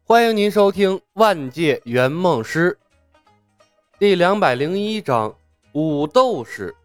欢迎您收听《万界圆梦师》第201章武斗士。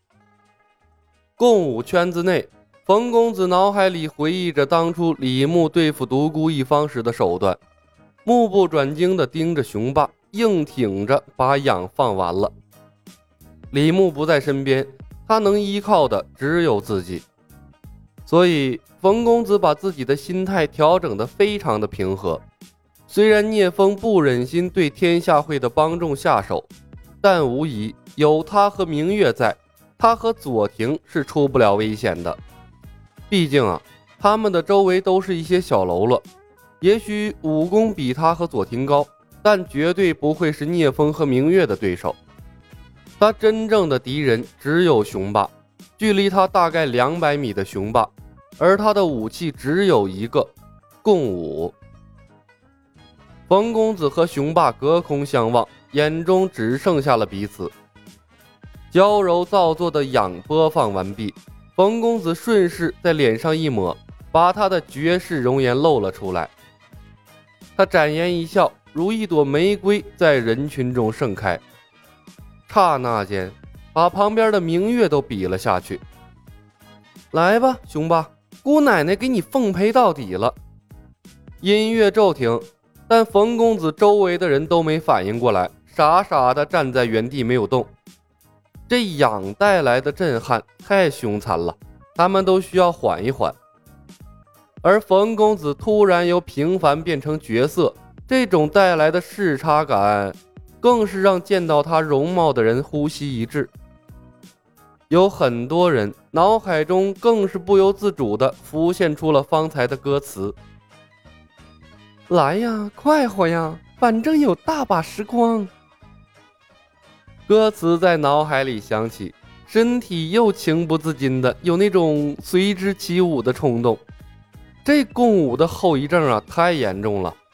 共舞圈子内，冯公子脑海里回忆着当初李牧对付独孤一方时的手段，目不转睛地盯着雄霸，硬挺着把痒放完了。李牧不在身边，他能依靠的只有自己，所以冯公子把自己的心态调整得非常的平和。虽然聂风不忍心对天下会的帮众下手，但无疑有他和明月在，他和左庭是出不了危险的。毕竟他们的周围都是一些小喽啰，也许武功比他和左庭高，但绝对不会是聂风和明月的对手。他真正的敌人只有雄霸，距离他大概200米的雄霸，而他的武器只有一个，共舞。冯公子和雄霸隔空相望，眼中只剩下了彼此。娇柔造作的痒播放完毕，冯公子顺势在脸上一抹，把他的绝世容颜露了出来。他展颜一笑，如一朵玫瑰在人群中盛开，刹那间把旁边的明月都比了下去。来吧，雄霸，姑奶奶给你奉陪到底了。音乐骤停，但冯公子周围的人都没反应过来，傻傻的站在原地没有动。这痒带来的震撼太凶残了，他们都需要缓一缓。而冯公子突然由平凡变成绝色，这种带来的视差感更是让见到他容貌的人呼吸一滞。有很多人脑海中更是不由自主地浮现出了方才的歌词，来呀，快活呀，反正有大把时光。歌词在脑海里响起，身体又情不自禁的有那种随之起舞的冲动。这共舞的后遗症太严重了。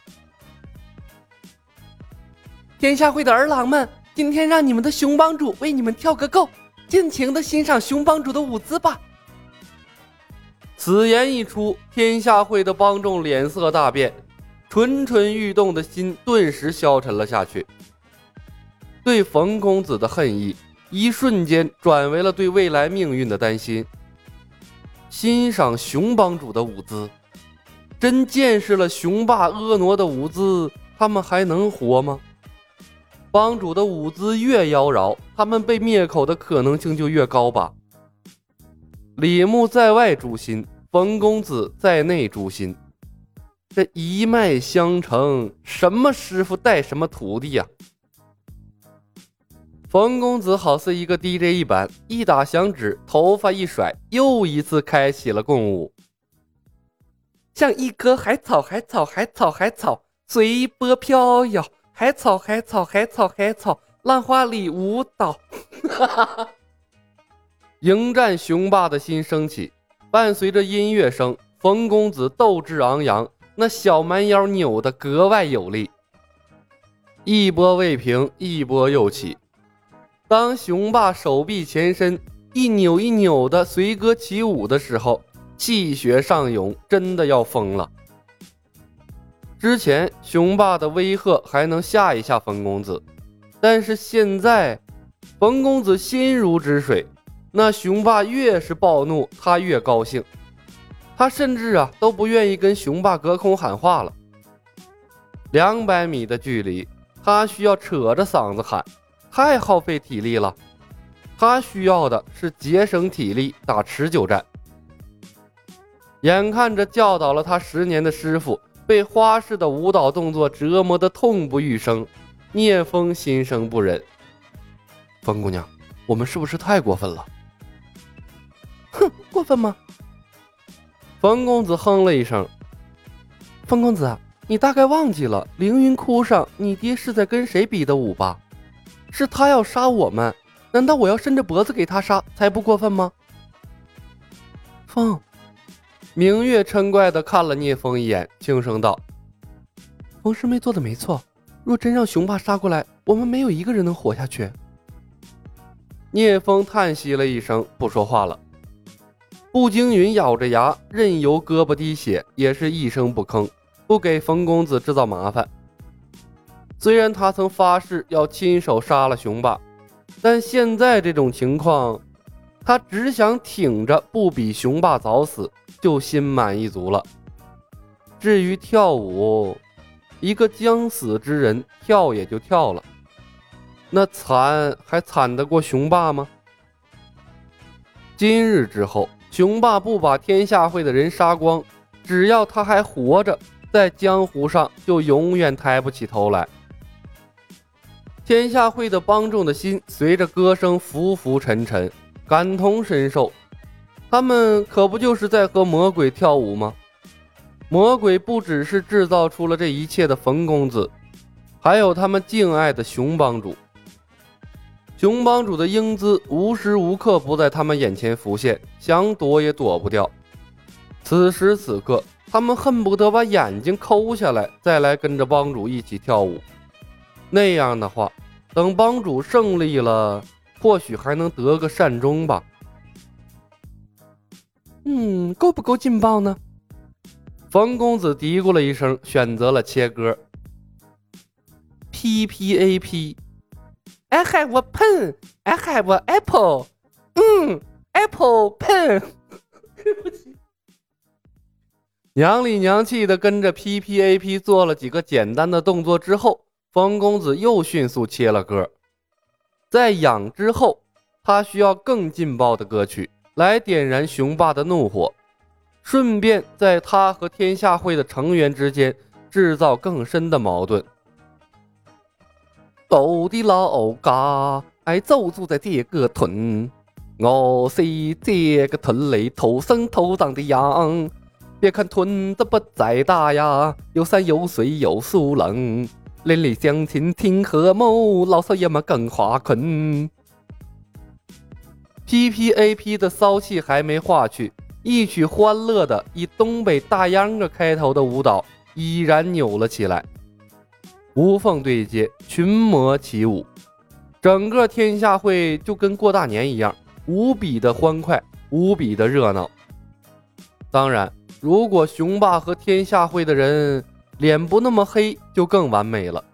天下会的儿郎们，今天让你们的熊帮主为你们跳个够，尽情的欣赏熊帮主的舞姿吧。此言一出，天下会的帮众脸色大变，蠢蠢欲动的心顿时消沉了下去。对冯公子的恨意一瞬间转为了对未来命运的担心。欣赏熊帮主的舞姿，真见识了雄霸婀娜的舞姿，他们还能活吗？帮主的舞姿越妖娆，他们被灭口的可能性就越高吧。李牧在外诛心，冯公子在内诛心，这一脉相承，什么师傅带什么徒弟呀。冯公子好似一个 DJ 一般，一打响指，头发一甩，又一次开启了共舞。像一棵海草，海草，海草，海草，随波飘摇，海草，海草，海草，海草，浪花里舞蹈。迎战雄霸的心升起，伴随着音乐声，冯公子斗志昂扬，那小蛮腰扭得格外有力。一波未平，一波又起。当雄霸手臂前伸，一扭一扭的随歌起舞的时候，气血上涌，真的要疯了。之前雄霸的威吓还能吓一吓冯公子，但是现在冯公子心如止水，那雄霸越是暴怒，他越高兴。他甚至都不愿意跟雄霸隔空喊话了。200米的距离，他需要扯着嗓子喊，太耗费体力了。他需要的是节省体力打持久战。眼看着教导了他10年的师傅被花式的舞蹈动作折磨得痛不欲生，聂风心生不忍。冯姑娘，我们是不是太过分了？哼，过分吗？冯公子哼了一声。冯公子，你大概忘记了凌云窟上你爹是在跟谁比的舞吧？是他要杀我们，难道我要伸着脖子给他杀才不过分吗？风，明月嗔怪地看了聂风一眼，轻声道：冯师妹做的没错，若真让雄霸杀过来，我们没有一个人能活下去。聂风叹息了一声，不说话了。步惊云咬着牙，任由胳膊滴血，也是一声不吭。 不给冯公子制造麻烦。虽然他曾发誓要亲手杀了雄霸，但现在这种情况，他只想挺着不比雄霸早死，就心满意足了。至于跳舞，一个将死之人跳也就跳了，那惨还惨得过雄霸吗？今日之后，雄霸不把天下会的人杀光，只要他还活着，在江湖上就永远抬不起头来。天下会的帮众的心随着歌声浮浮沉沉，感同身受。他们可不就是在和魔鬼跳舞吗？魔鬼不只是制造出了这一切的冯公子，还有他们敬爱的熊帮主。熊帮主的英姿无时无刻不在他们眼前浮现，想躲也躲不掉。此时此刻，他们恨不得把眼睛抠下来，再来跟着帮主一起跳舞。那样的话，等帮主胜利了，或许还能得个善终吧。够不够劲爆呢？冯公子嘀咕了一声，选择了切歌。PPAP I have a pen, I have an apple. Apple pen. 对不起。娘里娘气的跟着 PPAP 做了几个简单的动作之后，冯公子又迅速切了歌。在痒之后，他需要更劲爆的歌曲来点燃雄霸的怒火，顺便在他和天下会的成员之间制造更深的矛盾。狗的老家爱就住在这个屯，我是这个屯里土生土长的羊。别看屯子不再大呀，有山有水有树冷，邻里乡亲挺和睦，老少爷们更华坤。PPAP 的骚气还没化去，一曲欢乐的以东北大秧歌开头的舞蹈已然扭了起来。无缝对接，群魔起舞，整个天下会就跟过大年一样，无比的欢快，无比的热闹。当然，如果雄霸和天下会的人脸不那么黑，就更完美了。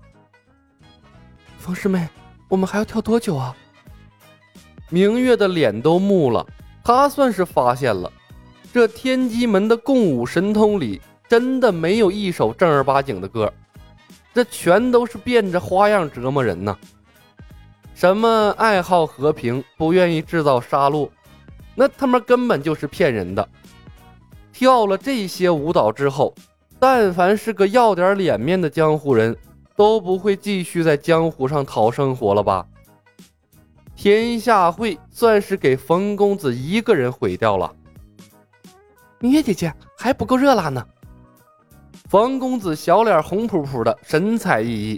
冯师妹，我们还要跳多久啊？明月的脸都木了，他算是发现了，这天机门的共舞神通里真的没有一首正儿八经的歌，这全都是变着花样折磨人呢。什么爱好和平，不愿意制造杀戮，那他妈根本就是骗人的。跳了这些舞蹈之后，但凡是个要点脸面的江湖人，都不会继续在江湖上讨生活了吧？天下会算是给冯公子一个人毁掉了。明月姐姐还不够热辣呢。冯公子小脸红扑扑的，神采奕奕。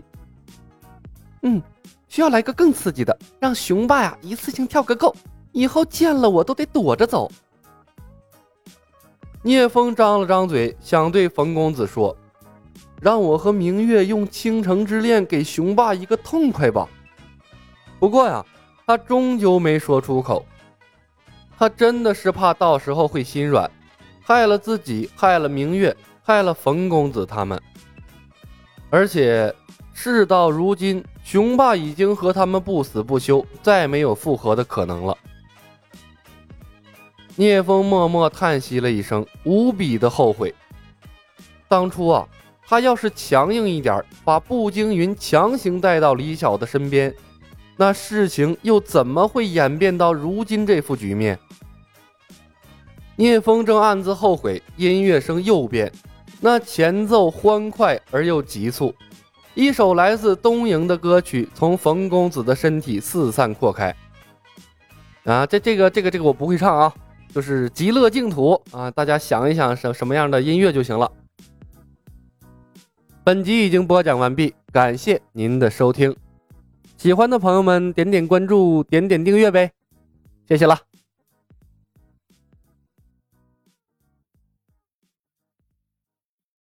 需要来个更刺激的，让雄霸呀一次性跳个够，以后见了我都得躲着走。聂风张了张嘴，想对冯公子说，让我和明月用倾城之恋给雄霸一个痛快吧。不过呀，他终究没说出口，他真的是怕到时候会心软，害了自己，害了明月，害了冯公子他们。而且事到如今，雄霸已经和他们不死不休，再没有复合的可能了。聂风默默叹息了一声，无比的后悔。当初啊，他要是强硬一点，把步惊云强行带到李晓的身边，那事情又怎么会演变到如今这副局面？聂风正暗自后悔，音乐声又变，那前奏欢快而又急促，一首来自东瀛的歌曲从冯公子的身体四散扩开。这个我不会唱啊，就是极乐净土啊，大家想一想什么样的音乐就行了。本集已经播讲完毕，感谢您的收听。喜欢的朋友们点点关注，点点订阅呗，谢谢了。